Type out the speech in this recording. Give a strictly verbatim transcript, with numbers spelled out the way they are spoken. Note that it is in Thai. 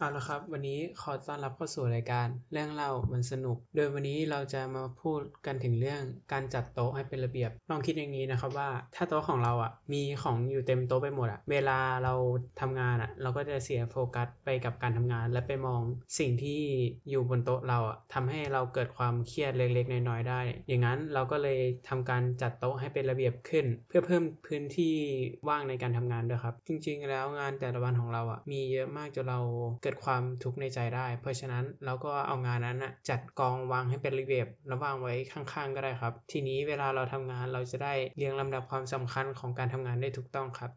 เอาละครับวันนี้ขอต้อนรับเข้าสู่รายการเรื่องเล่ามันสนุกโดยวันนี้เราจะมาพูดกันถึงเรื่องการจัดโต๊ะให้เป็นระเบียบลองคิดอย่างนี้นะครับว่าถ้าโต๊ะของเราอ่ะมีของอยู่เต็มโต๊ะไปหมดอ่ะเวลาเราทำงานอ่ะเราก็จะเสียโฟกัสไปกับการทำงานและไปมองสิ่งที่อยู่บนโต๊ะเราอ่ะทำให้เราเกิดความเครียดเล็กๆน้อยๆได้อย่างนั้นเราก็เลยทำการจัดโต๊ะให้เป็นระเบียบขึ้นเพื่อเพิ่มพื้นที่ว่างในการทำงานด้วยครับจริงๆแล้วงานแต่ละวันของเราอ่ะมีเยอะมากจนเราเกิดความทุกข์ในใจได้เพราะฉะนั้นเราก็เอางานนั้นอ่ะจัดกองวางให้เป็นระเบียบแล้ววางไว้ข้างๆก็ได้ครับทีนี้เวลาเราทำงานเราจะได้เรียงลำดับความสำคัญของการทำงานได้ถูกต้องครับ